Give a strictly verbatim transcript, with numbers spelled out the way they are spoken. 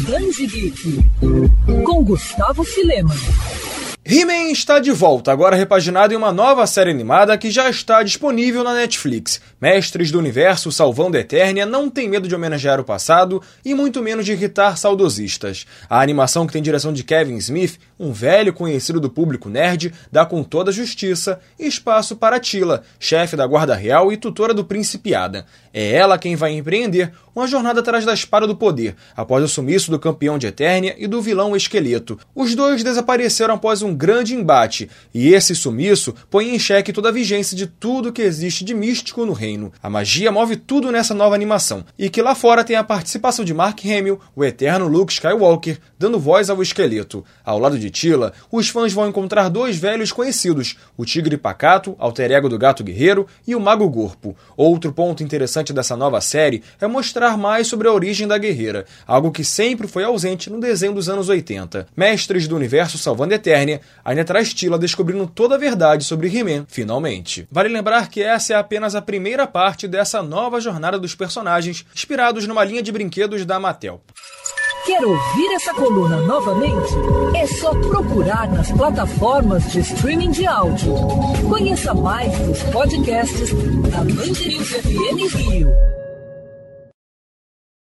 Dandy Geek, com Gustavo Filema. He-Man está de volta, agora repaginado em uma nova série animada que já está disponível na Netflix. Mestres do Universo salvando Eternia não tem medo de homenagear o passado e muito menos de irritar saudosistas. A animação, que tem direção de Kevin Smith, um velho conhecido do público nerd, dá com toda a justiça espaço para Teela, chefe da Guarda Real e tutora do Príncipe Adam. É ela quem vai empreender uma jornada atrás da Espada do Poder, após o sumiço do campeão de Eternia e do vilão Esqueleto. Os dois desapareceram após um grande embate, e esse sumiço põe em xeque toda a vigência de tudo que existe de místico no reino. A magia move tudo nessa nova animação, e que lá fora tem a participação de Mark Hamill, o eterno Luke Skywalker, dando voz ao Esqueleto. Ao lado de Teela, os fãs vão encontrar dois velhos conhecidos, o Tigre Pacato, alter ego do Gato Guerreiro, e o Mago Gorpo. Outro ponto interessante dessa nova série é mostrar mais sobre a origem da guerreira, algo que sempre foi ausente no desenho dos anos oitenta. Mestres do Universo salvando Eternia ainda traz Teela descobrindo toda a verdade sobre He-Man, finalmente. Vale lembrar que essa é apenas a primeira parte dessa nova jornada dos personagens, inspirados numa linha de brinquedos da Mattel. Quer ouvir essa coluna novamente? É só procurar nas plataformas de streaming de áudio. Conheça mais dos podcasts da Band News F M Rio.